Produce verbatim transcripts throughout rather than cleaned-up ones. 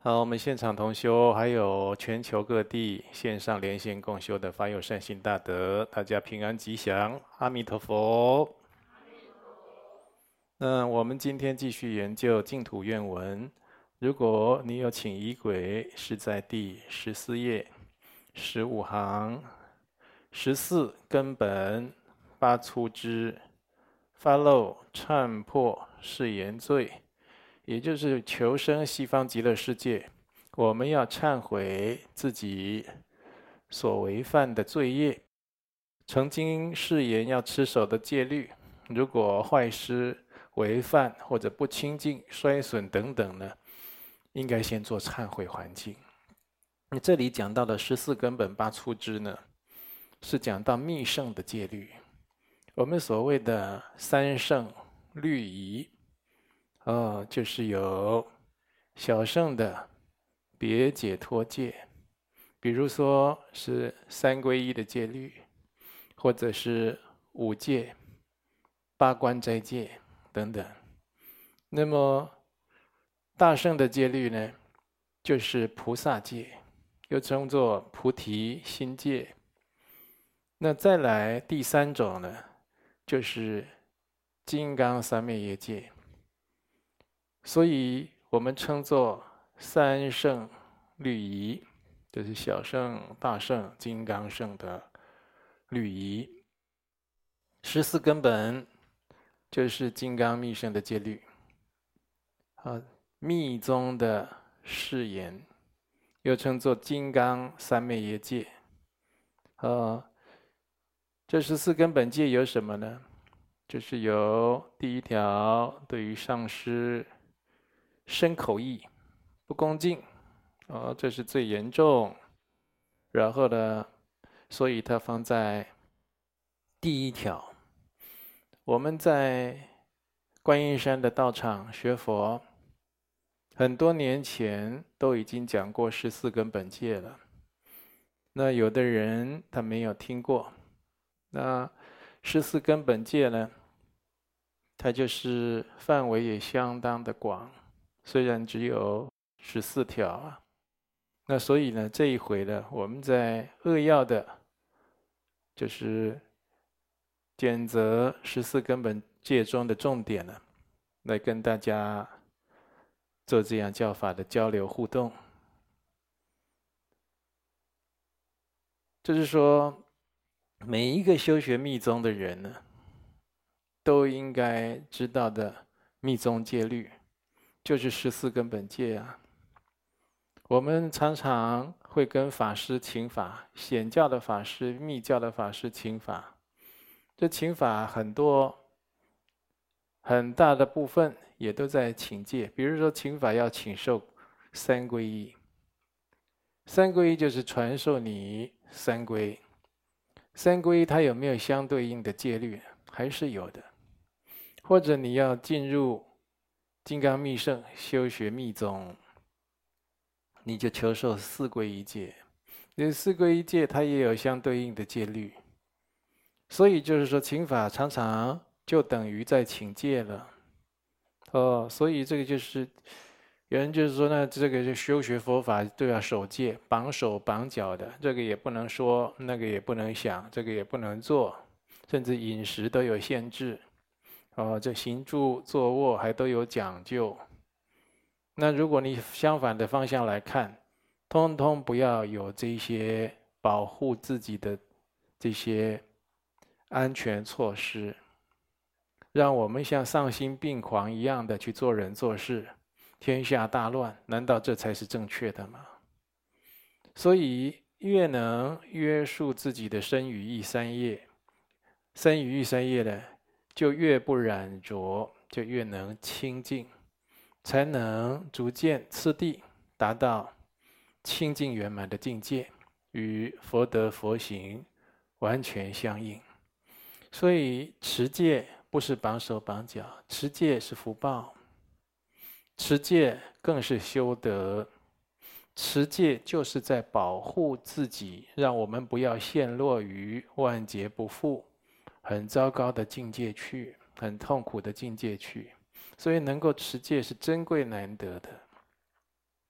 好，我们现场同修，还有全球各地线上连线共修的法友善心大德，大家平安吉祥，阿弥陀佛。那我们今天继续研究净土愿文。如果你有请仪轨，是在第十四页十五行十四根本八粗支发漏忏破是言罪，也就是求生西方极乐世界。我们要忏悔自己所违犯的罪业，曾经誓言要持守的戒律，如果坏失、违犯或者不清净、衰损等等呢，应该先做忏悔环境。这里讲到的十四根本八粗支呢，是讲到密圣的戒律。我们所谓的三圣律仪，哦，就是有小圣的别解脱戒，比如说是三皈依的戒律，或者是五戒、八关斋戒等等。那么大圣的戒律呢，就是菩萨戒，又称作菩提心戒。那再来第三种呢，就是金刚三昧耶戒。所以我们称作三圣律仪，就是小圣、大圣、金刚圣的律仪。十四根本就是金刚密圣的戒律，啊，密宗的誓言，又称作金刚三昧耶戒。啊，这十四根本戒有什么呢？就是有第一条，对于上师身口意不恭敬，哦，这是最严重。然后呢，所以它放在第一条。我们在观音山的道场学佛，很多年前都已经讲过十四根本戒了。那有的人他没有听过，那十四根本戒呢，它就是范围也相当的广，虽然只有十四条啊。那所以呢，这一回呢，我们在扼要的，就是拣择十四根本戒中的重点呢，来跟大家做这样教法的交流互动。就是说，每一个修学密宗的人呢，都应该知道的密宗戒律，就是十四根本戒啊。我们常常会跟法师请法，显教的法师、密教的法师请法。这请法很多，很大的部分也都在请戒。比如说请法要请受三皈依，三皈依就是传授你三皈。三皈依它有没有相对应的戒律？还是有的。或者你要进入金刚密圣修学密宗，你就求受四皈依戒。这四皈依戒它也有相对应的戒律。所以就是说，请法常常就等于在请戒了，哦，所以这个就是有人就是说，那这个就修学佛法都要守戒，绑手绑脚的，这个也不能说，那个也不能想，这个也不能做，甚至饮食都有限制，哦，这行住坐卧还都有讲究。那如果你相反的方向来看，通通不要有这些保护自己的这些安全措施，让我们像丧心病狂一样的去做人做事，天下大乱，难道这才是正确的吗？所以越能约束自己的身语意三业，身语意三业呢，就越不染浊，就越能清净，才能逐渐次第达到清净圆满的境界，与佛德佛行完全相应。所以持戒不是绑手绑脚，持戒是福报，持戒更是修德。持戒就是在保护自己，让我们不要陷落于万劫不复、很糟糕的境界去，很痛苦的境界去。所以能够持戒是珍贵难得的。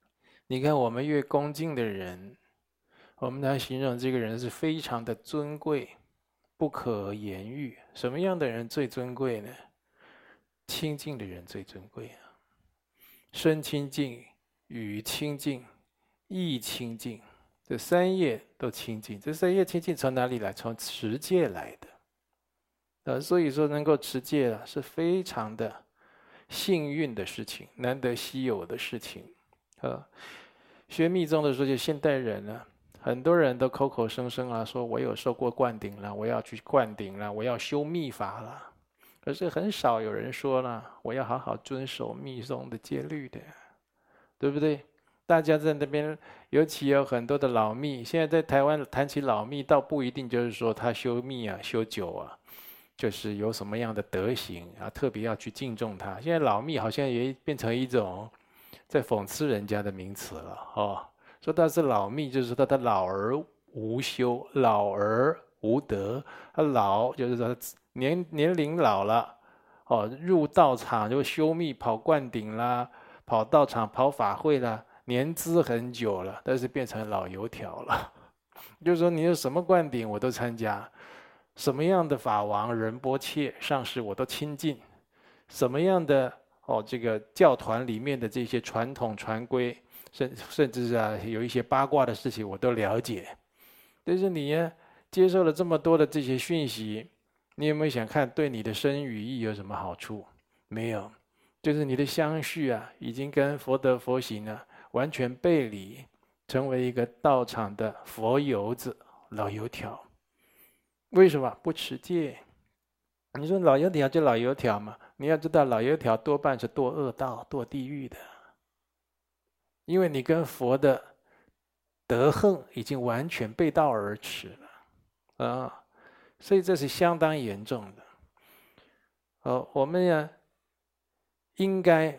你看，我们越恭敬的人，我们来形容这个人是非常的尊贵，不可言喻。什么样的人最尊贵呢？清净的人最尊贵啊！身清净、语清净、意清净，这三业都清净。这三业清净从哪里来？从持戒来的。呃，所以说能够持戒啊，是非常的幸运的事情，难得稀有的事情。呃，学密宗的时候，就现代人呢、啊，很多人都口口声声啊，说我有受过灌顶了，我要去灌顶了，我要修密法了。可是很少有人说了，我要好好遵守密宗的戒律的，对不对？大家在那边，尤其有很多的老密，现在在台湾谈起老密，倒不一定就是说他修密啊、修酒啊，就是有什么样的德行啊，特别要去敬重他。现在老密好像也变成一种在讽刺人家的名词了哦。说他是老密，就是说他老而无修，老而无德。他老就是说年年龄老了，哦，入道场就修密、跑灌顶啦，跑道场、跑法会啦，年资很久了，但是变成老油条了。就是说你有什么灌顶我都参加，什么样的法王、仁波切、上师我都亲近，什么样的哦这个教团里面的这些传统传规，甚甚至啊有一些八卦的事情我都了解。但是你呀接受了这么多的这些讯息，你有没有想看对你的身语意有什么好处？没有，就是你的相续啊，已经跟佛德佛行啊完全背离，成为一个道场的佛油子、老油条。为什么不持戒？你说老油条就老油条嘛，你要知道老油条多半是堕恶道、堕地狱的，因为你跟佛的德行已经完全背道而驰了啊，所以这是相当严重的。呃，我们呀应该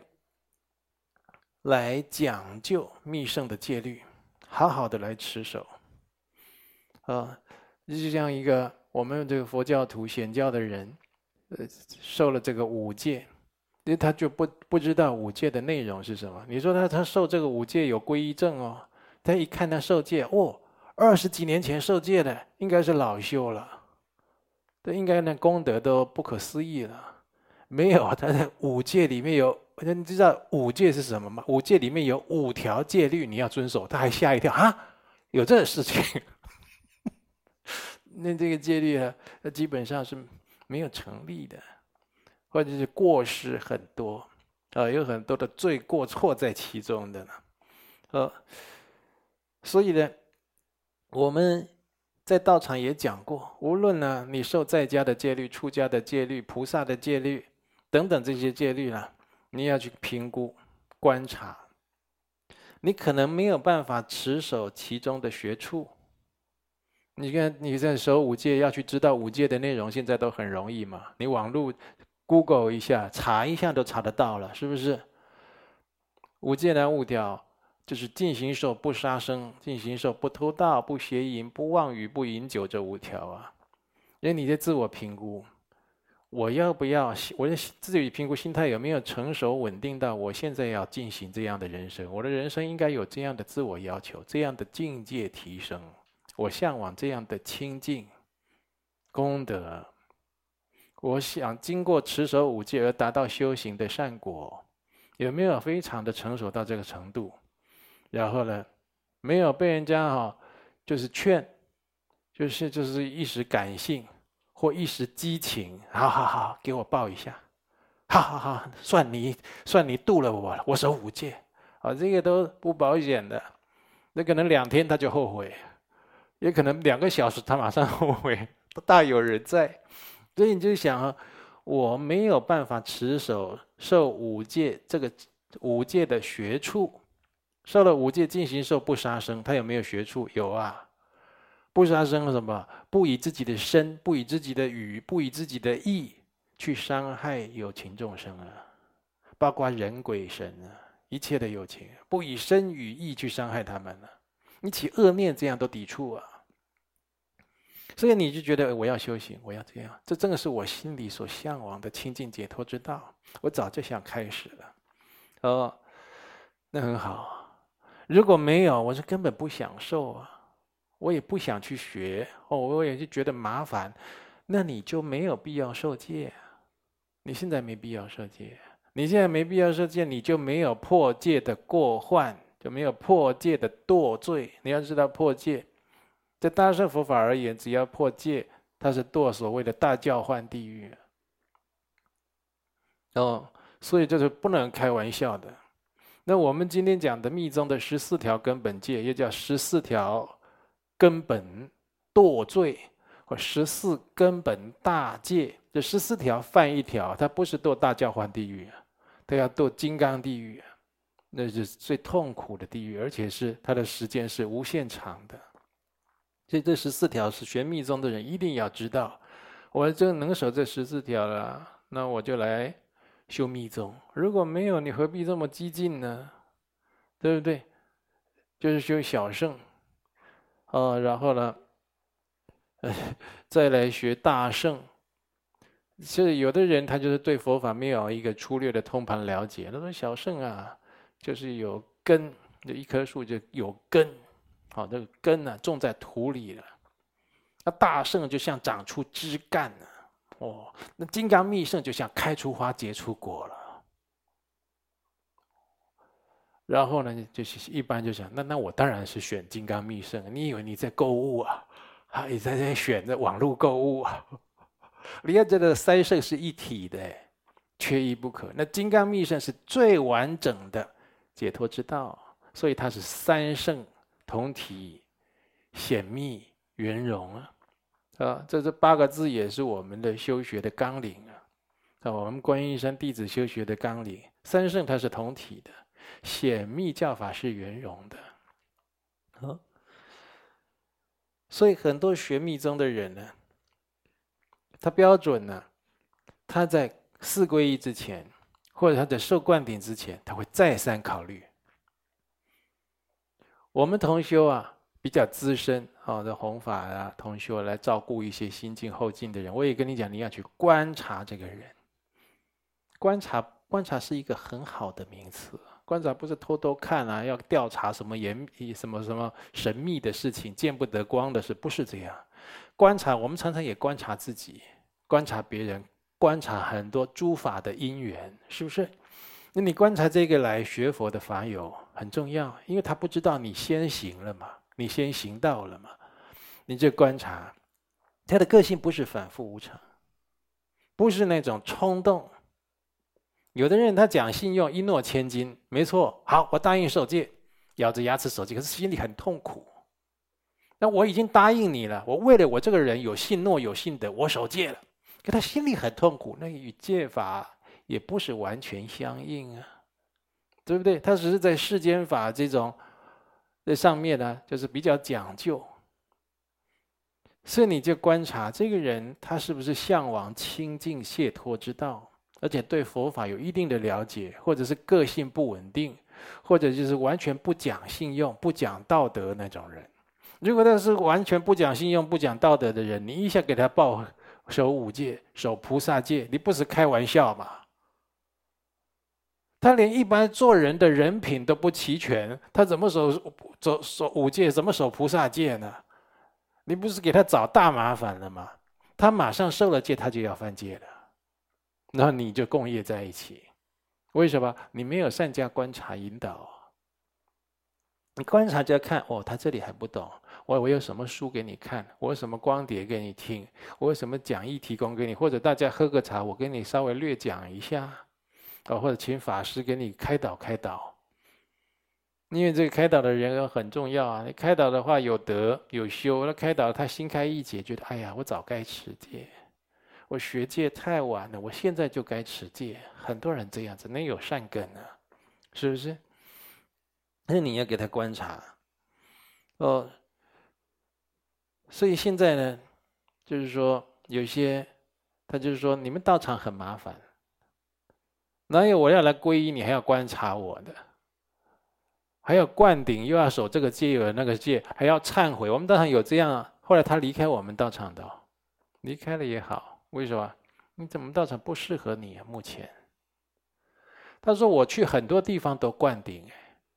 来讲究密圣的戒律，好好的来持守。啊，就像一个我们这个佛教徒显教的人，呃，受了这个五戒，因为他就不不知道五戒的内容是什么。你说他他受这个五戒有皈依证哦，他一看他受戒，哦，二十几年前受戒的，应该是老修了，这应该那功德都不可思议了。没有，他的五戒里面有，你知道五戒是什么吗？五戒里面有五条戒律你要遵守，他还吓一跳啊，有这事情。那这个戒律啊，基本上是没有成立的，或者是过失很多，啊、呃，有很多的罪过错在其中的呢，呃，所以呢，我们在道场也讲过，无论呢你受在家的戒律、出家的戒律、菩萨的戒律等等这些戒律呢，你要去评估、观察，你可能没有办法持守其中的学处。你看你在守五戒，要去知道五戒的内容，现在都很容易嘛。你网络 Google 一下，查一下都查得到了，是不是？五戒的五条就是尽行受、不杀生、尽行受、不偷盗、不邪淫、不妄语、不饮酒这五条啊。因为你在自我评估，我要不要？我的自己评估心态有没有成熟稳定到我现在要进行这样的人生？我的人生应该有这样的自我要求，这样的境界提升。我向往这样的清净功德，我想经过持守五戒而达到修行的善果，有没有非常的成熟到这个程度？然后呢，没有被人家哈、哦，就是劝，就是就是一时感性或一时激情，好好好，给我抱一下，好好好，算你算你渡了我了，我守五戒，啊，这个都不保险的，那可能两天他就后悔。也可能两个小时，他马上后悔，大有人在。所以你就想啊，我没有办法持守受五戒这个五戒的学处，受了五戒进行受不杀生，他有没有学处？有啊，不杀生什么？不以自己的身，不以自己的语，不以自己的意去伤害有情众生啊，包括人鬼神啊，一切的有情，不以身语意去伤害他们啊。你起恶念，这样都抵触啊，所以你就觉得我要修行，我要这样，这真的是我心里所向往的清净解脱之道。我早就想开始了，哦，那很好。 如果没有，我是根本不享受啊，我也不想去学哦，我也就觉得麻烦，那你就没有必要受戒。你现在没必要受戒，你现在没必要受戒，你就没有破戒的过患，就没有破戒的堕罪。你要知道破戒，在大乘佛法而言，只要破戒，它是堕所谓的大教换地狱。哦，所以这是不能开玩笑的。那我们今天讲的密宗的十四条根本戒，又叫十四条根本堕罪，或十四根本大戒。这十四条犯一条，它不是堕大教换地狱，它要堕金刚地狱，那是最痛苦的地狱，而且是它的时间是无限长的。所以这十四条是学密宗的人一定要知道。我就能守这十四条了，那我就来修密宗。如果没有，你何必这么激进呢？对不对？就是修小乘，哦，然后呢，呃，再来学大乘。是有的人他就是对佛法没有一个粗略的通盘了解。他说小乘啊，就是有根，就一棵树就有根，好，这个根呢、啊、种在土里了。那大乘就像长出枝干了，哦，那金刚密乘就像开出花结出果了。然后呢，就是一般就想，那那我当然是选金刚密乘。你以为你在购物啊？啊，你在在选择网络购物啊？你要觉得三乘是一体的，缺一不可。那金刚密乘是最完整的解脱之道，所以它是三乘同体、显密、圆融啊。啊，这这八个字也是我们的修学的纲领啊。啊，我们观音山弟子修学的纲领，三乘它是同体的。显密教法是圆融的，哦，所以很多学密宗的人呢，他标准呢，他在四皈依之前，或者他在受灌顶之前，他会再三考虑。我们同修啊，比较资深啊，这弘法啊，同修来照顾一些新进后进的人，我也跟你讲，你要去观察这个人，观察观察是一个很好的名词。观察不是偷偷看啊，要调查什么严什么什么神秘的事情，见不得光的事，不是这样。观察，我们常常也观察自己，观察别人，观察很多诸法的因缘，是不是？那你观察这个来学佛的法友很重要，因为他不知道你先行了嘛，你先行道了嘛，你就观察他的个性不是反复无常，不是那种冲动。有的人他讲信用一诺千金，没错，好，我答应受戒，咬着牙齿守戒，可是心里很痛苦。那我已经答应你了，我为了我这个人有信诺有信德，我守戒了，可他心里很痛苦，那与戒法也不是完全相应啊，对不对？他只是在世间法这种在上面呢，就是比较讲究，所以你就观察这个人他是不是向往清净解脱之道。而且对佛法有一定的了解，或者是个性不稳定，或者就是完全不讲信用、不讲道德那种人。如果他是完全不讲信用、不讲道德的人，你一下给他报守五戒、守菩萨戒，你不是开玩笑吗？他连一般做人的人品都不齐全，他怎么守守守五戒？怎么守菩萨戒呢？你不是给他找大麻烦了吗？他马上受了戒，他就要犯戒了。然后你就共业在一起，为什么？你没有善加观察引导。你观察就要看，哦，他这里还不懂，我我有什么书给你看，我有什么光碟给你听，我有什么讲义提供给你，或者大家喝个茶，我跟你稍微略讲一下，哦，或者请法师给你开导开导。因为这个开导的人很重要啊，你开导的话有德有修，那开导他心开意解，觉得哎呀，我早该持戒。我学戒太晚了，我现在就该持戒。很多人这样子，那有善根啊，是不是？那你要给他观察，哦。所以现在呢，就是说有些他就是说，你们道场很麻烦，哪有我要来皈依，你还要观察我的，还要灌顶，又要守这个戒，有那个戒，还要忏悔。我们道场有这样啊，后来他离开我们道场的，离开了也好。为什么？你怎么道场不适合你啊？目前，他说我去很多地方都灌顶，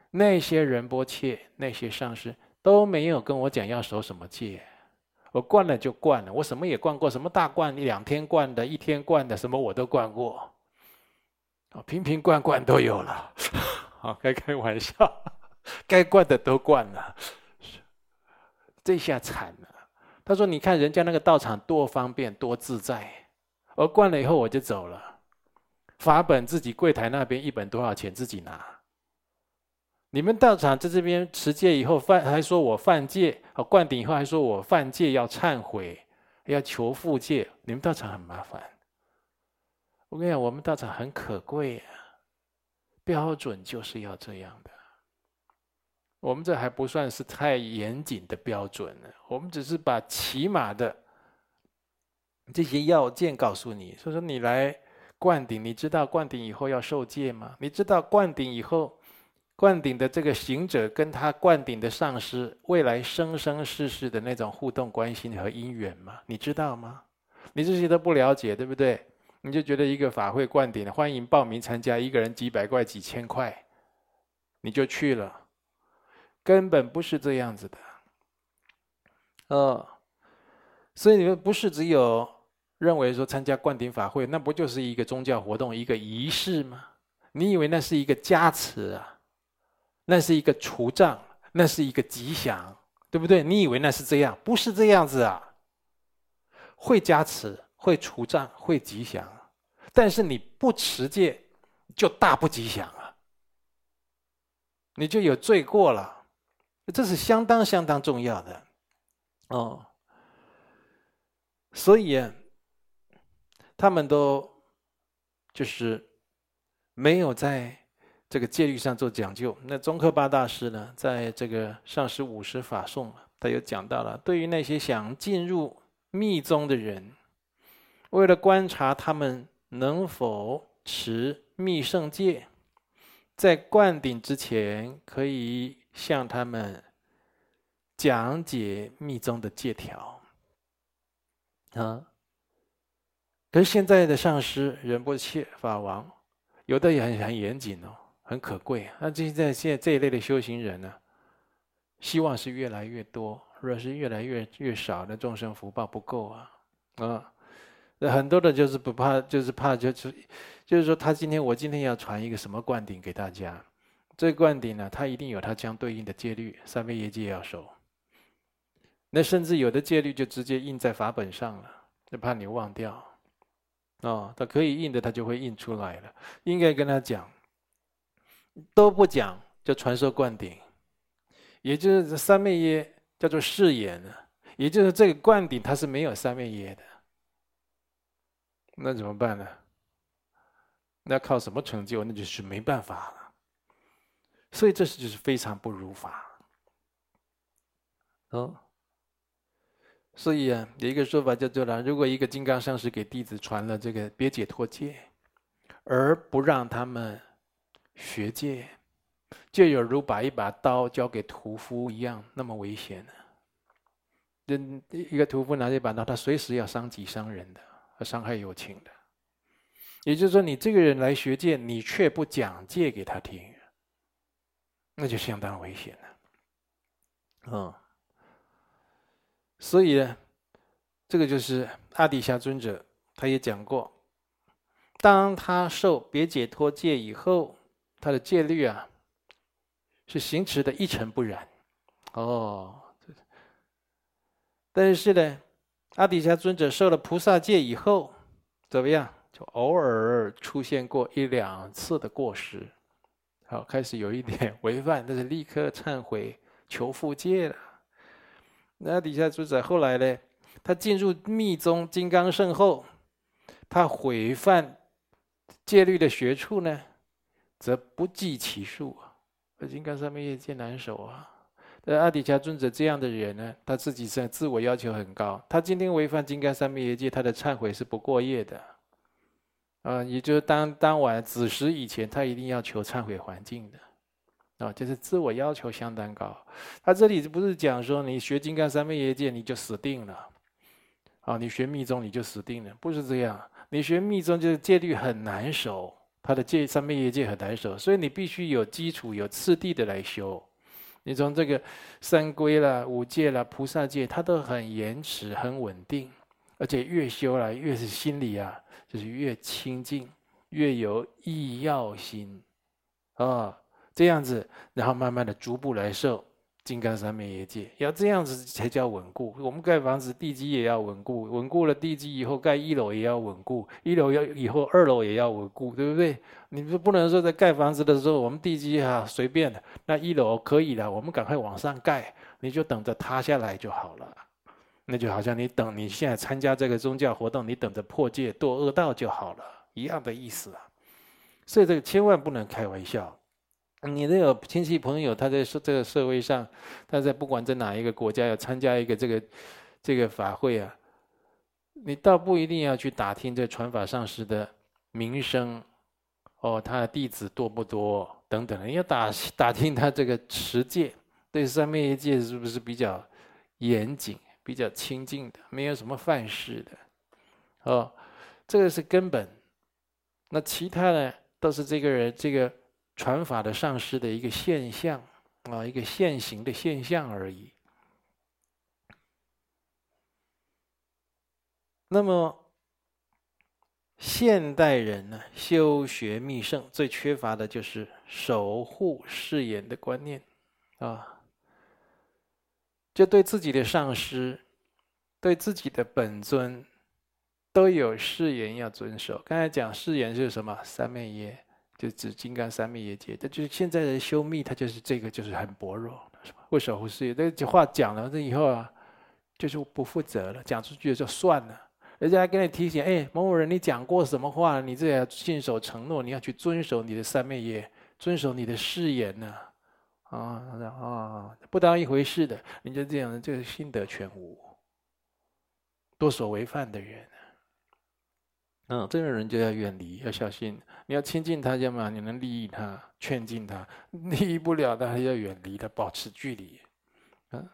那些仁波切、那些上师都没有跟我讲要守什么戒，我灌了就灌了，我什么也灌过，什么大灌、两天灌的、一天灌的，什么我都灌过，瓶瓶罐罐都有了。好，开开玩笑，该灌的都灌了，这下惨了。他说：“你看人家那个道场多方便、多自在，我灌了以后我就走了，法本自己柜台那边一本多少钱自己拿。你们道场在这边持戒以后犯，还说我犯戒，灌顶以后还说我犯戒要忏悔，要求复戒，你们道场很麻烦。我跟你讲，我们道场很可贵啊。”标准就是要这样的，我们这还不算是太严谨的标准呢，我们只是把起码的这些要件告诉你。所以说你来灌顶，你知道灌顶以后要受戒吗？你知道灌顶以后，灌顶的这个行者跟他灌顶的上师未来生生世世的那种互动关系和因缘吗？你知道吗？你这些都不了解，对不对？你就觉得一个法会灌顶，欢迎报名参加，一个人几百块、几千块，你就去了，根本不是这样子的，哦，所以你们不是只有认为说参加灌顶法会，那不就是一个宗教活动、一个仪式吗？你以为那是一个加持啊？那是一个除障，那是一个吉祥，对不对？你以为那是这样，不是这样子啊，会加持。会除障，会吉祥，但是你不持戒，就大不吉祥啊！你就有罪过了，这是相当相当重要的哦。所以啊，他们都就是没有在这个戒律上做讲究。那宗喀巴大师呢，在这个上师五十法颂，他有讲到了，对于那些想进入密宗的人，为了观察他们能否持密圣戒，在灌顶之前，可以向他们讲解密宗的戒条啊。可是现在的上师仁波切法王，有的也很很严谨哦，很可贵。那这现在现在这一类的修行人呢，希望是越来越多，若是越来越越少，那众生福报不够啊啊。很多的就是不怕，就是怕就是就是说，他今天我今天要传一个什么灌顶给大家，这个灌顶呢，它一定有它相对应的戒律，三昧耶戒要守。那甚至有的戒律就直接印在法本上了，就怕你忘掉。哦，他可以印的，他就会印出来了。应该跟他讲，都不讲就传授灌顶，也就是三昧耶叫做誓言了，也就是这个灌顶它是没有三昧耶的。那怎么办呢？那靠什么成就？那就是没办法了。所以这是就是非常不如法。哦，所以啊，有一个说法叫做呢，如果一个金刚上师给弟子传了这个别解脱戒，而不让他们学戒，就有如把一把刀交给屠夫一样，那么危险的。一个屠夫拿着一把刀，他随时要伤己伤人的。伤害有情的，也就是说，你这个人来学戒，你却不讲戒给他听，那就相当危险了。嗯，所以呢，这个就是阿底峡尊者，他也讲过，当他受别解脱戒以后，他的戒律啊，是行持的一尘不染。哦，但是呢，阿底峡尊者受了菩萨戒以后，怎么样？就偶尔出现过一两次的过失，好，开始有一点违犯，但是立刻忏悔求复戒了。那阿底峡尊者后来呢，他进入密宗金刚圣后，他毁犯戒律的学处呢，则不计其数啊。金刚三昧耶戒难守啊。阿底峡尊者这样的人呢，他自己是自我要求很高。他今天违犯金刚三昧耶戒，他的忏悔是不过夜的，啊，也就是当当晚子时以前，他一定要求忏悔还境的，啊，就是自我要求相当高。他这里不是讲说你学金刚三昧耶戒你就死定了，啊，你学密宗你就死定了，不是这样。你学密宗就是戒律很难守， 他的戒三昧业戒很难守，所以你必须有基础、有次第的来修。你从这个三归啦、五戒啦、菩萨戒，它都很严持、很稳定，而且越修啦，越是心里啊，就是越清净，越有意要心啊、哦，这样子，然后慢慢的逐步来受金刚三昧业戒，要这样子才叫稳固。我们盖房子，地基也要稳固，稳固了地基以后，盖一楼也要稳固，一楼要以后二楼也要稳固，对不对？你不能说在盖房子的时候，我们地基啊随便的，那一楼可以了，我们赶快往上盖，你就等着塌下来就好了。那就好像你等你现在参加这个宗教活动，你等着破戒堕恶道就好了，一样的意思啊。所以这个千万不能开玩笑。你都有亲戚朋友，他在这个社会上，他在不管在哪一个国家要参加一个这个这个法会啊，你倒不一定要去打听这传法上师的名声，哦，他的弟子多不多等等的，你要打打听他这个持戒，对三昧业戒是不是比较严谨、比较清净的，没有什么犯事的，哦，这个是根本。那其他呢，都是这个人这个传法的上师的一个现象啊，一个现行的现象而已。那么现代人呢，修学密圣最缺乏的就是守护誓言的观念啊，就对自己的上师、对自己的本尊都有誓言要遵守。刚才讲誓言是什么？三昧耶，就指金刚三昧耶戒。这就是现在的修密，它就是这个，就是很薄弱，是吧？会守护誓言，这句话讲了这以后啊，就是不负责了，讲出去就算了。人家还跟你提醒，哎，某某人，你讲过什么话？你这也要信守承诺，你要去遵守你的三昧耶，遵守你的誓言呢、啊。啊啊，不当一回事的，你就这样，这个心得全无，多所违犯的人。嗯，这种人就要远离，要小心。你要亲近他，要么你能利益他、劝进他；利益不了的，还要远离他，保持距离。嗯，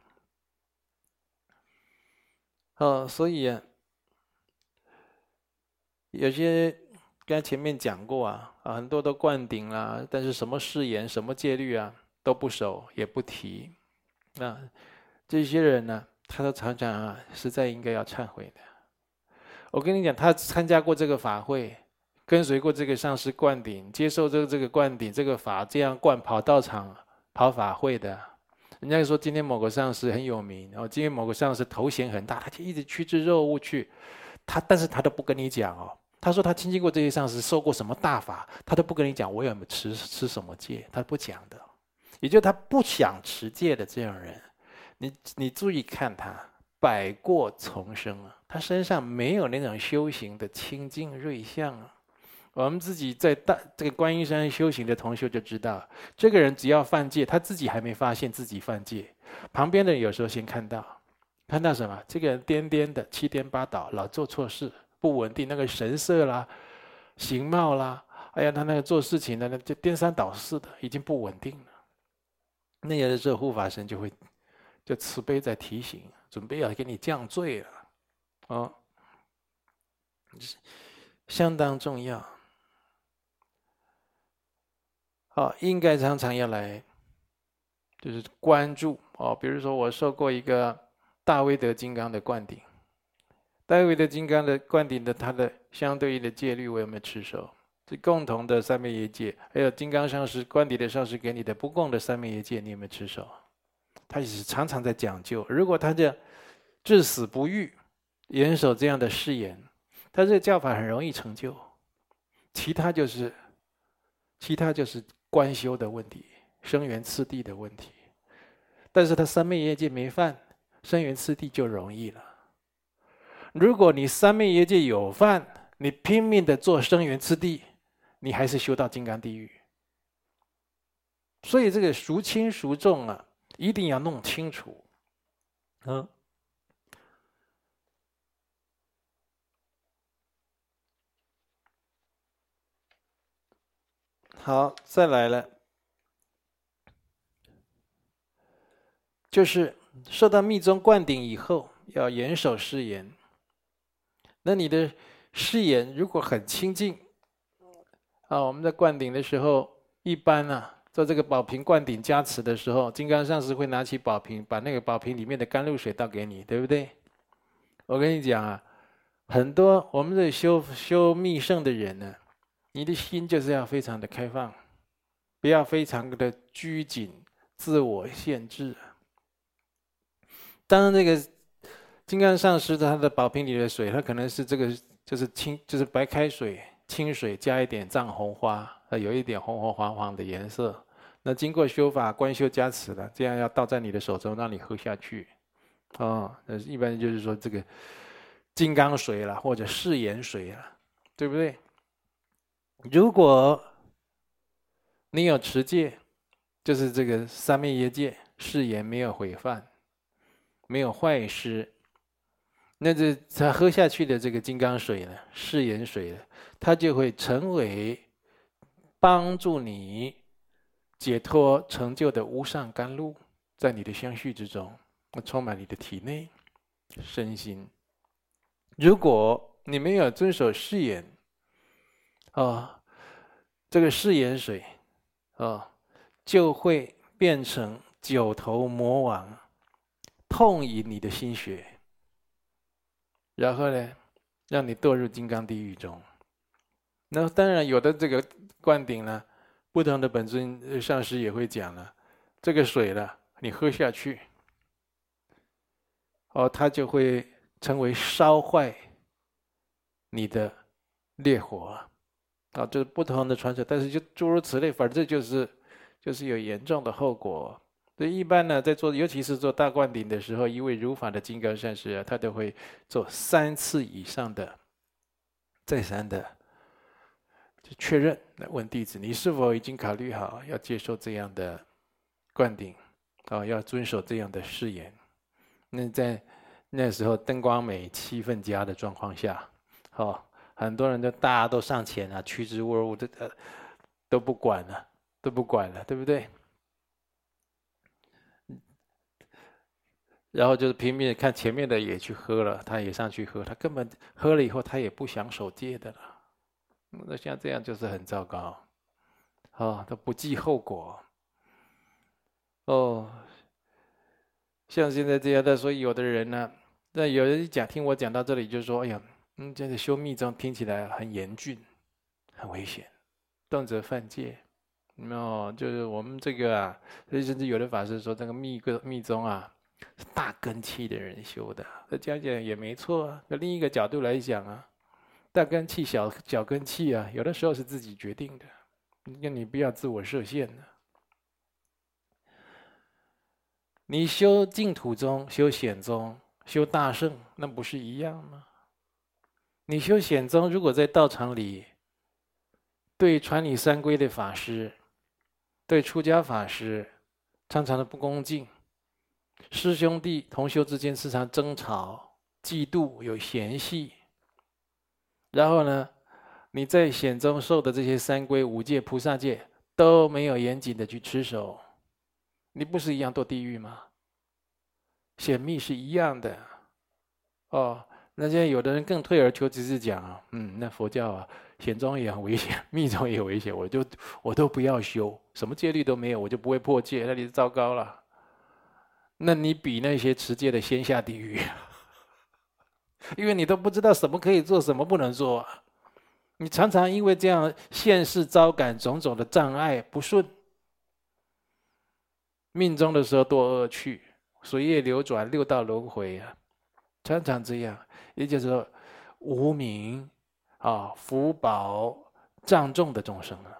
哦，所以啊，有些刚才前面讲过啊，啊，很多都灌顶啦，但是什么誓言、什么戒律啊都不守，也不提。那这些人呢，他都常常啊，实在应该要忏悔的。我跟你讲，他参加过这个法会，跟随过这个上师灌顶，接受这个这个灌顶这个法，这样灌跑道场、跑法会的。人家说今天某个上师很有名，然后今天某个上师头衔很大，他就一直趋之若鹜去。他但是他都不跟你讲哦，他说他亲近过这些上师，受过什么大法，他都不跟你讲我有没有持持什么戒，他不讲的。也就是他不想持戒的这样人，你你注意看他。百过丛生啊，他身上没有那种修行的清净瑞相啊。我们自己在大这个观音山修行的同修就知道，这个人只要犯戒，他自己还没发现自己犯戒，旁边的人有时候先看到，看到什么？这个人颠颠的，七颠八倒，老做错事，不稳定，那个神色啦、形貌啦，哎呀，他那个做事情呢，就颠三倒四的，已经不稳定了。那有的时候护法神就会就慈悲在提醒。准备要给你降罪了，哦，相当重要。好，应该常常要来，就是关注哦。比如说，我受过一个大威德金刚的灌顶，大威德金刚的灌顶的，它的相对应的戒律我有没有持守？这共同的三昧耶戒，还有金刚上师灌顶的上师给你的不共的三昧耶戒，你有没有持守？他也是常常在讲究。如果他这样至死不渝，严守这样的誓言，他这个教法很容易成就。其他就是其他就是观修的问题，生缘次第的问题。但是他三昧耶戒没犯，生缘次第就容易了。如果你三昧耶戒有犯，你拼命的做生缘次第，你还是修到金刚地狱。所以这个孰轻孰重啊，一定要弄清楚。嗯。好，再来了，就是受到密宗灌顶以后，要严守誓言。那你的誓言如果很清净， 啊，我们在灌顶的时候，一般啊，做这个宝瓶灌顶加持的时候，金刚上师会拿起宝瓶，把那个宝瓶里面的甘露水倒给你，对不对？我跟你讲啊，很多我们这修修密圣的人呢，你的心就是要非常的开放，不要非常的拘谨、自我限制。当然，这个金刚上师他的宝瓶里的水，它可能是这个就是清就是白开水、清水加一点藏红花，呃，有一点红红黄黄的颜色。那经过修法观修加持了，这样要倒在你的手中，让你喝下去。哦，那一般就是说这个金刚水了，或者誓言水了，对不对？如果你有持戒，就是这个三昧耶戒，誓言没有毁犯，没有坏事，那这他喝下去的这个金刚水呢，誓言水呢，它就会成为帮助你解脱成就的无上甘露，在你的相续之中，充满你的体内、身心。如果你没有遵守誓言，啊，这个誓言水，啊，就会变成九头魔王，痛饮你的心血，然后呢，让你堕入金刚地狱中。那当然，有的这个灌顶呢，不同的本尊上师也会讲了，这个水呢，你喝下去，哦，它就会成为烧坏你的烈火啊，这是不同的传说，但是就诸如此类，反正就是就是有严重的后果。所以一般呢，在做，尤其是做大灌顶的时候，一位如法的金刚善师啊，他都会做三次以上的再三的就确认，来问弟子，你是否已经考虑好要接受这样的灌顶啊，要遵守这样的誓言。那在那时候灯光美、气氛佳的状况下，哦，很多人都大家都上前啊，趋之若鹜，这呃都不管了，都不管了，对不对？然后就是拼命看前面的也去喝了，他也上去喝，他根本喝了以后他也不想守戒的了。那像这样就是很糟糕，哦，都不计后果，哦，像现在这样的，所以有的人呢，那有人讲听我讲到这里，就说，哎呀，嗯，这个修密宗听起来很严峻，很危险，动辄犯戒。哦，就是我们这个啊，甚至有的法师说，这个密个密宗啊，是大根器的人修的。这讲讲也没错啊。那另一个角度来讲啊，大根器、小小根器啊，有的时候是自己决定的，那你不要自我设限的。你修净土宗、修显宗、修大圣，那不是一样吗？你修显宗，如果在道场里对传你三规的法师，对出家法师常常的不恭敬，师兄弟同修之间时常争吵、嫉妒、有嫌隙。然后呢，你在显宗受的这些三规、五戒、菩萨戒都没有严谨的去持守，你不是一样堕地狱吗？显密是一样的哦。那现在有的人更退而求其次讲啊，嗯，那佛教啊，显宗也很危险，密宗也危险，我就我都不要修，什么戒律都没有，我就不会破戒，那你就糟糕了。那你比那些持戒的先下地狱，因为你都不知道什么可以做，什么不能做，你常常因为这样现世遭感种种的障碍不顺，命中的时候堕恶趣，水业流转，六道轮回啊，常常这样，也就是说无名啊福报障重的众生啊。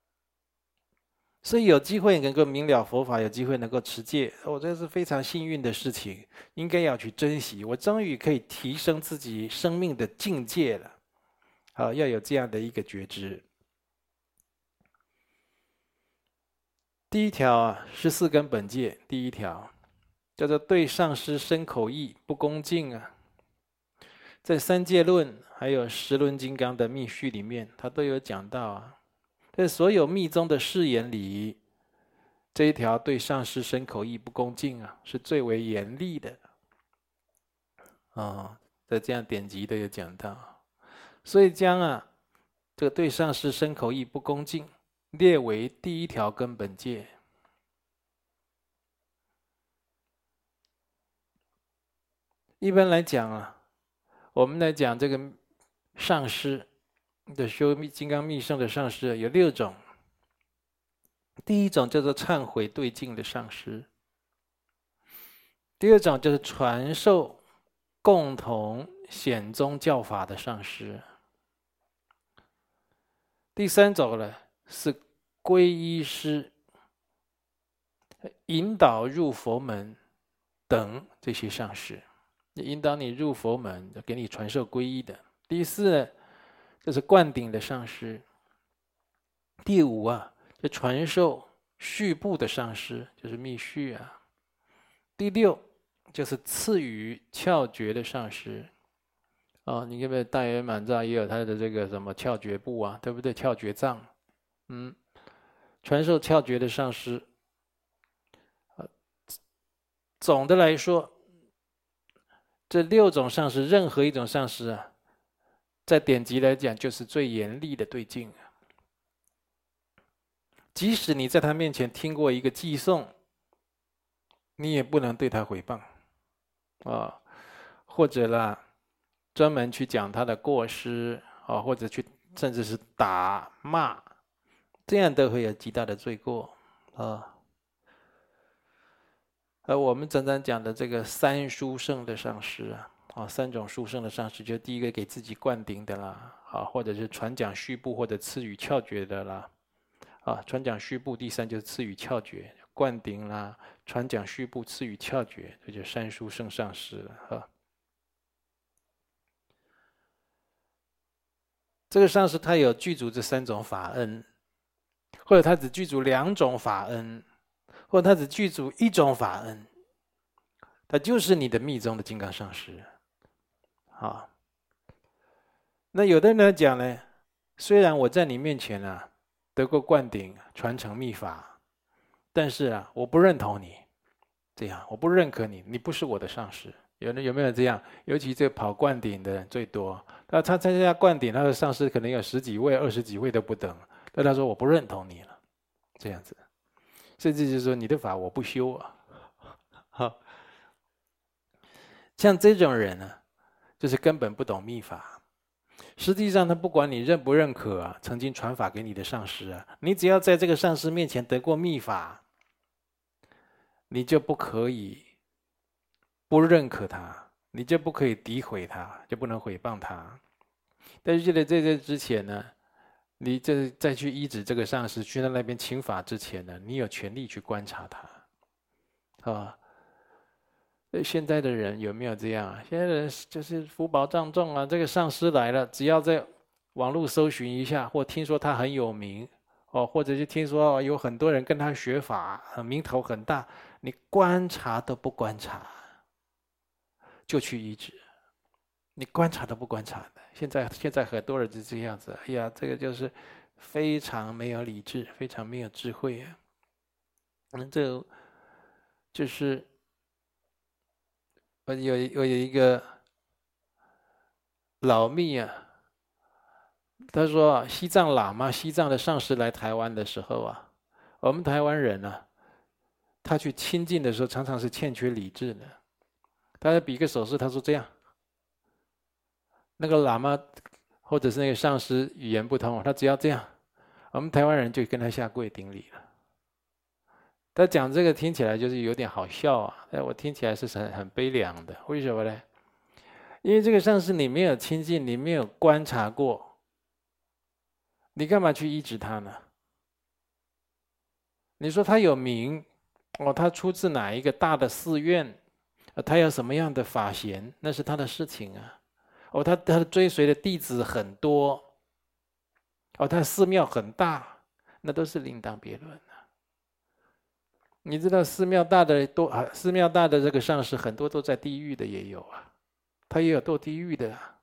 所以有机会能够明了佛法，有机会能够持戒，我这是非常幸运的事情，应该要去珍惜。我终于可以提升自己生命的境界了，好，要有这样的一个觉知。第一条啊，十四根本戒，第一条叫做对上师身口意不恭敬啊，在三戒论还有十轮金刚的密序里面，他都有讲到啊。在所有密宗的誓言里，这一条对上师身口意不恭敬啊，是最为严厉的啊。在这样典籍都有讲到，所以将啊这个对上师身口意不恭敬，列为第一条根本戒。一般来讲啊，我们来讲这个上师的修金刚密圣的上师有六种。第一种叫做忏悔对境的上师，第二种就是传授共同显宗教法的上师，第三种呢是皈依师，引导入佛门等这些上师，引导你入佛门，给你传授皈依的。第四呢，就是灌顶的上师。第五啊，就传授续部的上师，就是密续啊。第六就是赐予窍诀的上师。哦，你看不大圆满藏也有他的这个什么窍诀部啊，对不对？窍诀藏，嗯，传授窍诀的上师。总的来说，这六种上师，任何一种上师啊，在典籍来讲就是最严厉的对境啊。即使你在他面前听过一个偈颂，你也不能对他诽谤啊，或者啦，专门去讲他的过失啊，或者去甚至是打骂，这样都会有极大的罪过啊。而我们常常讲的这个三殊胜的上师啊，啊，三种殊胜的上师，就第一个给自己灌顶的啦，啊，或者是传讲续部或者赐予窍诀的啦，啊，传讲续部，第三就是赐予窍诀，灌顶啦，传讲续部，赐予窍诀，这就三殊胜上师了啊。这个上师他有具足这三种法恩，或者他只具足两种法恩。或者他只具足一种法恩，他就是你的密宗的金刚上师。好，那有的人讲呢，虽然我在你面前啊得过灌顶，传承密法，但是啊我不认同你，这样我不认可你，你不是我的上师。有人有没有这样？尤其这跑灌顶的人最多。那他参加灌顶，他的上师可能有十几位、二十几位都不等，但他说我不认同你了，这样子。甚至就是说你的法我不修啊，好，像这种人呢，就是根本不懂密法。实际上他不管你认不认可啊，曾经传法给你的上师啊，你只要在这个上师面前得过密法，你就不可以不认可他，你就不可以诋毁他，就不能诽谤他。但是就在这这之前呢，你这再去依止这个上师，去到那边请法之前呢，你有权利去观察他，啊。现在的人有没有这样啊？现在的人就是福报障重啊，这个上师来了，只要在网络搜寻一下，或听说他很有名，哦，或者是听说有很多人跟他学法，名头很大，你观察都不观察，就去依止。你观察都不观察的，现在现在很多人是这样子，哎呀，这个就是非常没有理智，非常没有智慧啊。嗯，这就是我有我有一个老密啊，他说啊，西藏喇嘛、西藏的上师来台湾的时候啊，我们台湾人啊，他去亲近的时候常常是欠缺理智的。他比个手势，他说这样。那个喇嘛或者是那个上师语言不通，他只要这样，我们台湾人就跟他下跪顶礼了。他讲这个听起来就是有点好笑啊，但我听起来是很很悲凉的。为什么呢？因为这个上师你没有亲近，你没有观察过，你干嘛去依止他呢？你说他有名，哦，他出自哪一个大的寺院，他有什么样的法衔，那是他的事情啊。哦，他他追随的弟子很多，哦，他寺庙很大，那都是另当别论的。你知道寺庙大的多啊，寺庙大的这个上师很多都在地狱的也有啊，他也有堕地狱的啊。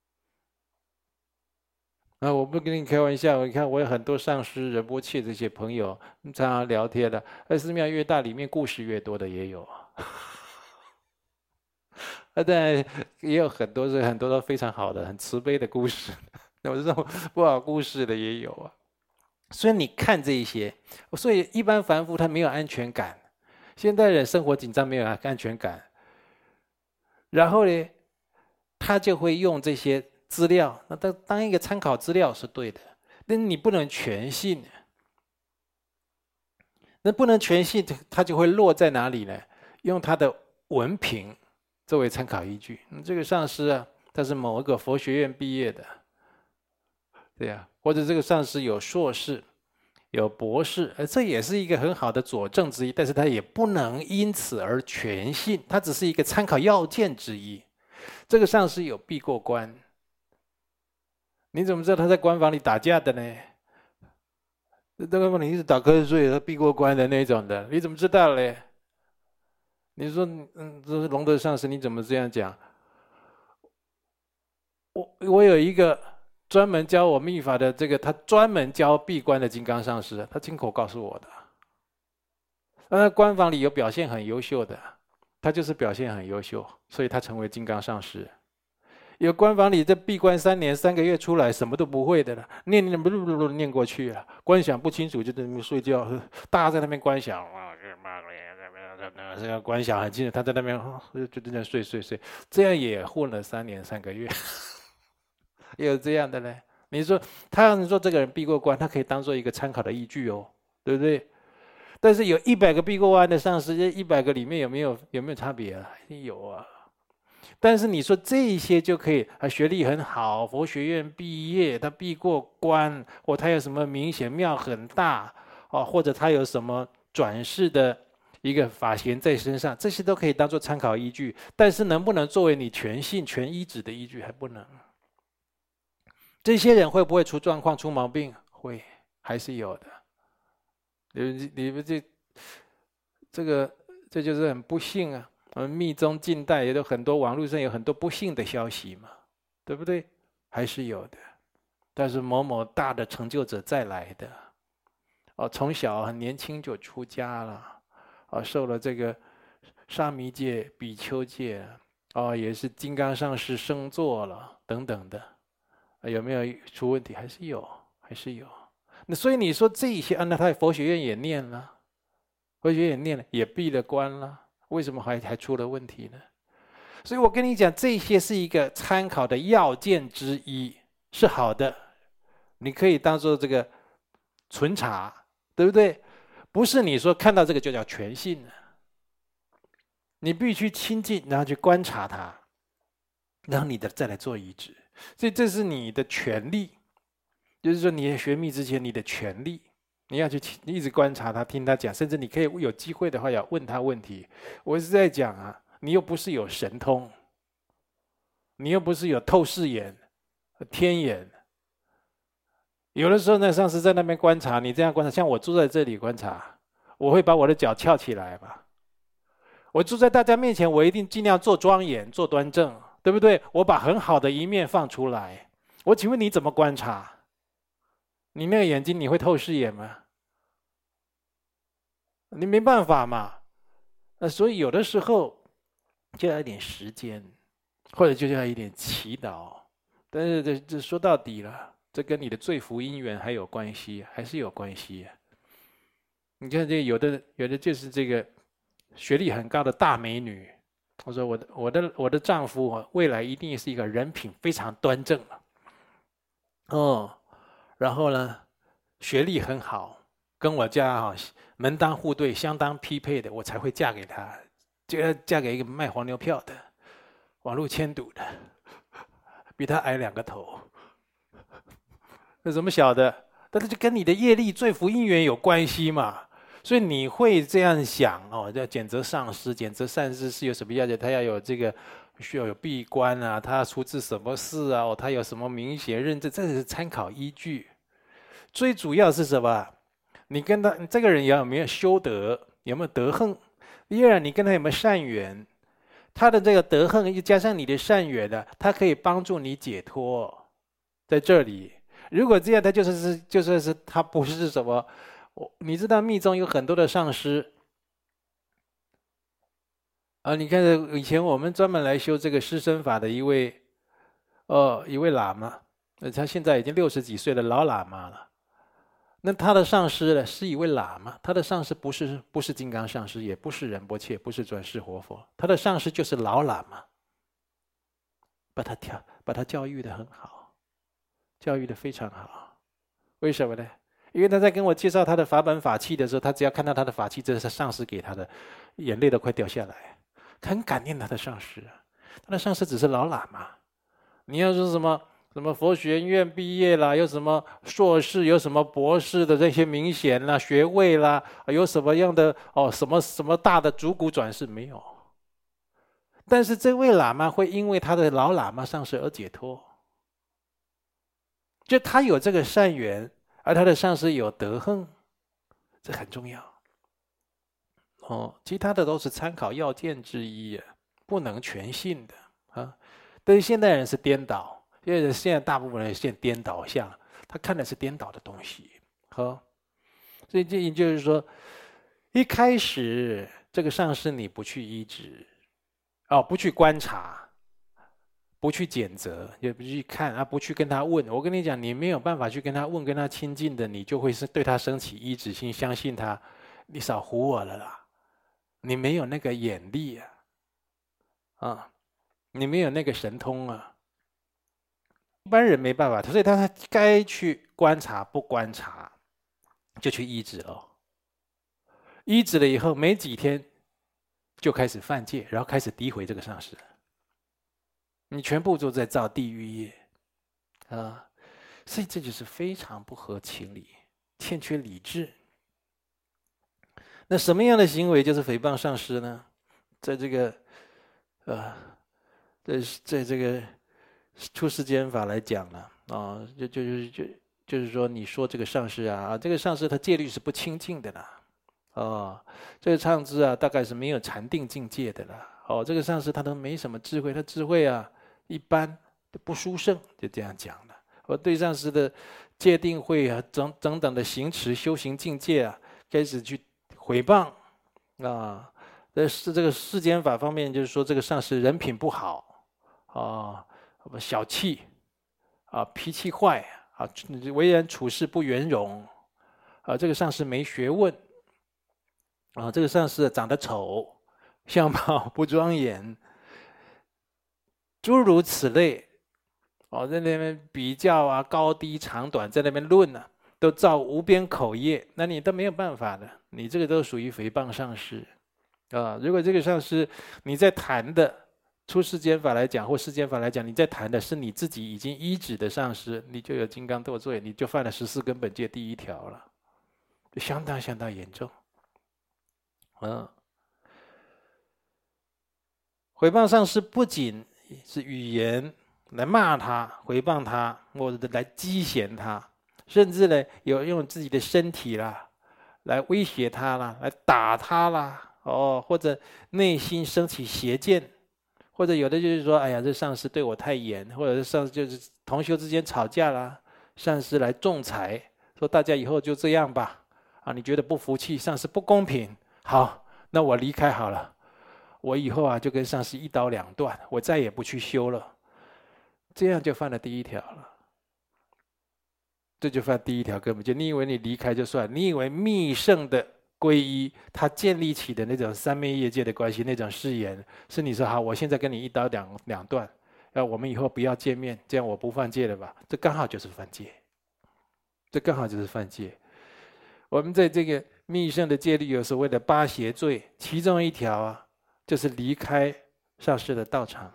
啊，我不跟你开玩笑，你看我有很多上师、仁波切这些朋友，常常聊天的，而寺庙越大，里面故事越多的也有啊。啊，但也有很多是很多都非常好的、很慈悲的故事。 有这种不好故事的也有啊。所以你看这一些，所以一般凡夫他没有安全感，现代人生活紧张没有安全感，然后呢，他就会用这些资料，那当当一个参考资料是对的，但你不能全信，那不能全信，他就会落在哪里呢？用他的文凭作为参考依据。嗯、这个上师啊，他是某一个佛学院毕业的，对呀、啊，或者这个上师有硕士。有博士，呃，这也是一个很好的佐证之一，但是他也不能因此而全信，它只是一个参考要件之一。这个上师有闭过关，你怎么知道他在官房里打架的呢？这个你是打瞌睡，他闭过关的那种的，你怎么知道嘞？你说，嗯，这是龙德上师，你怎么这样讲？我我有一个专门教我秘法的这个，他专门教闭关的金刚上师，他亲口告诉我的。呃，官房里有表现很优秀的，他就是表现很优秀，所以他成为金刚上师。有官房里这闭关三年三个月出来什么都不会的了，念念不不不念过去了，观想不清楚就在那边睡觉，大家在那边观想啊，这个观想很清楚，他在那边就在那睡睡睡，这样也混了三年三个月。也有这样的呢。你说他要是说这个人闭过关，他可以当做一个参考的依据哦，对不对？但是有一百个闭过关的上师，这一百个里面有没有有没有差别啊？有啊。但是你说这些就可以啊，学历很好，佛学院毕业，他闭过关，或他有什么明显庙很大哦，或者他有什么转世的一个法衔在身上，这些都可以当做参考依据。但是能不能作为你全信全依止的依据，还不能。这些人会不会出状况、出毛病？会，还是有的。你你们这这个这就是很不幸啊！我们密宗近代也有很多网络上有很多不幸的消息嘛，对不对？还是有的。但是某某大的成就者再来的，哦，从小很年轻就出家了，哦，受了这个沙弥戒、比丘戒，哦，也是金刚上师升座了，等等的。有没有出问题？还是有，还是有。那所以你说这些，啊，那他佛学院也念了，佛学院也念了，也闭了关了，为什么还还出了问题呢？所以我跟你讲，这些是一个参考的要件之一，是好的，你可以当做这个存查，对不对？不是你说看到这个就叫全信了，你必须亲近，然后去观察它，然后你的再来做移植。所以这是你的权利，就是说你学密之前你的权利，你要去一直观察他，听他讲，甚至你可以有机会的话要问他问题。我是在讲啊，你又不是有神通，你又不是有透视眼、天眼。有的时候呢，上司在那边观察，你这样观察，像我坐在这里观察，我会把我的脚翘起来吧。我坐在大家面前，我一定尽量做庄严、做端正。对不对？我把很好的一面放出来。我请问你怎么观察？你那个眼睛你会透视眼吗？你没办法嘛。那所以有的时候就要一点时间，或者就要一点祈祷。但是这这说到底了，这跟你的罪福因缘还有关系，还是有关系。你看这有的有的就是这个学历很高的大美女。我说我的我的我的丈夫未来一定是一个人品非常端正哦，然后呢，学历很好，跟我家哈门当户对相当匹配的，我才会嫁给他，就要嫁给一个卖黄牛票的，网络签赌的，比他矮两个头，那怎么晓得？但是就跟你的业力、罪福因缘有关系嘛。所以你会这样想哦，叫检责上师、检责善知识有什么要求？他要有这个需要有闭关啊，他出自什么事啊？哦，他有什么明显认证？这是参考依据。最主要是什么？你跟他这个人有没有修德？有没有德行？第二，你跟他有没有善缘？他的这个德行又加上你的善缘的，他可以帮助你解脱。在这里，如果这样，他就是是就算是他不是什么。你知道密宗有很多的上师啊，你看以前我们专门来修这个师身法的一位，呃，一位喇嘛， 呃，他现在已经六十几岁的老喇嘛了。那他的上师呢，是一位喇嘛，他的上师不是不是金刚上师，也不是仁波切，不是转世活佛，他的上师就是老喇嘛，把他调，把他教育的很好，教育的非常好。为什么呢？因为他在跟我介绍他的法本法器的时候，他只要看到他的法器，这是他上师给他的，眼泪都快掉下来，很感念他的上师啊。他的上师只是老喇嘛，你要说什么？什么佛学院毕业啦，有什么硕士，有什么博士的这些名衔啦、学位啦，有什么样的哦，什么什么大的主骨转世没有？但是这位喇嘛会因为他的老喇嘛上师而解脱，就他有这个善缘，而他的上师有德行，这很重要。哦，其他的都是参考要件之一啊，不能全信的啊。但是现代人是颠倒。因为现在大部分人现在颠倒向，他看的是颠倒的东西，呵，所以这也就是说，一开始这个上师你不去医治，哦，不去观察，不去检责，也不去看啊，不去跟他问。我跟你讲，你没有办法去跟他问，跟他亲近的，你就会是对他升起依止心，相信他。你少唬我了啦，你没有那个眼力啊，啊，你没有那个神通啊。一般人没办法，所以他该去观察不观察，就去医治了。医治了以后没几天，就开始犯戒，然后开始诋毁这个上师。你全部都在造地狱业啊！所以这就是非常不合情理，欠缺理智。那什么样的行为就是诽谤上师呢？在这个呃，在在这个。出世间法来讲呢，啊，就就是就就是说，你说这个上师啊，这个上师他戒律是不清净的啦，哦，这个上师啊，大概是没有禅定境界的啦，哦，这个上师他都没什么智慧，他智慧啊一般，不殊胜，就这样讲的。我对上师的戒定慧啊，等等等的行持修行境界啊，开始去毁谤啊，在是这个世间法方面，就是说这个上师人品不好啊。小气啊，脾气坏啊，为人处事不圆融啊，这个上司没学问啊，这个上司长得丑，相貌不庄严，诸如此类哦，在那边比较啊，高低长短，在那边论啊，都造无边口业，那你都没有办法的，你这个都属于诽谤上师啊。如果这个上师你在谈的。出世间法来讲，或世间法来讲，你在谈的是你自己已经依止的上师，你就有金刚堕罪，你就犯了十四根本戒第一条了，就相当相当严重。嗯，诽谤上师不仅是语言来骂他、诽谤他，或者来讥嫌他，甚至呢有用自己的身体啦来威胁他啦，来打他啦，哦，或者内心升起邪见。或者有的就是说，哎呀，这上师对我太严，或者是上师就是同修之间吵架啦，上师来仲裁，说大家以后就这样吧，啊，你觉得不服气，上师不公平，好，那我离开好了，我以后啊就跟上师一刀两断，我再也不去修了，这样就犯了第一条了，这就犯第一条根本就，你以为你离开就算，你以为密圣的。皈依，他建立起的那种三昧业界的关系，那种誓言，是你说好，我现在跟你一刀两两断，要我们以后不要见面，这样我不犯戒了吧？这刚好就是犯戒，这刚好就是犯戒。我们在这个密圣的戒律有所谓的八邪罪，其中一条啊，就是离开上师的道场。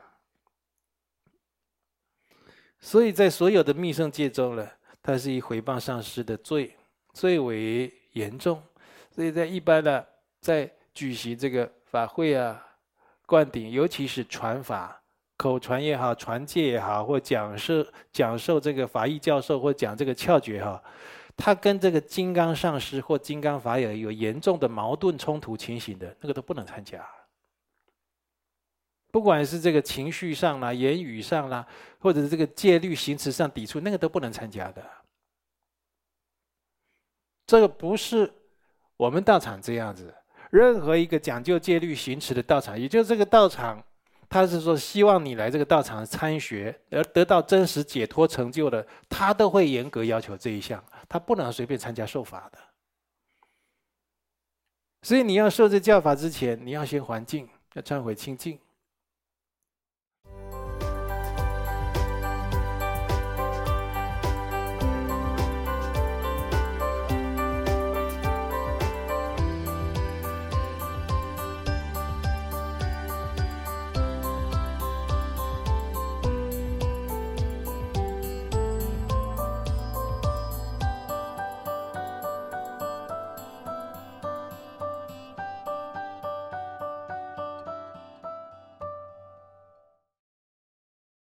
所以在所有的密圣戒中呢，它是以毁谤上师的罪最为严重。所以在一般的在举行这个法会啊、灌顶，尤其是传法、口传也好、传戒也好，或讲授讲授这个法义教授或讲这个窍诀哈，他跟这个金刚上师或金刚法友有严重的矛盾冲突情形的，那个都不能参加。不管是这个情绪上啦、言语上啦，或者是这个戒律行持上抵触，那个都不能参加的。这个不是。我们道场这样子，任何一个讲究戒律行持的道场，也就是这个道场， 他是说希望你来这个道场参学，而得到真实解脱成就的，他都会严格要求这一项，他不能随便参加受法的。所以你要受这教法之前，你要先还净，要忏悔清净。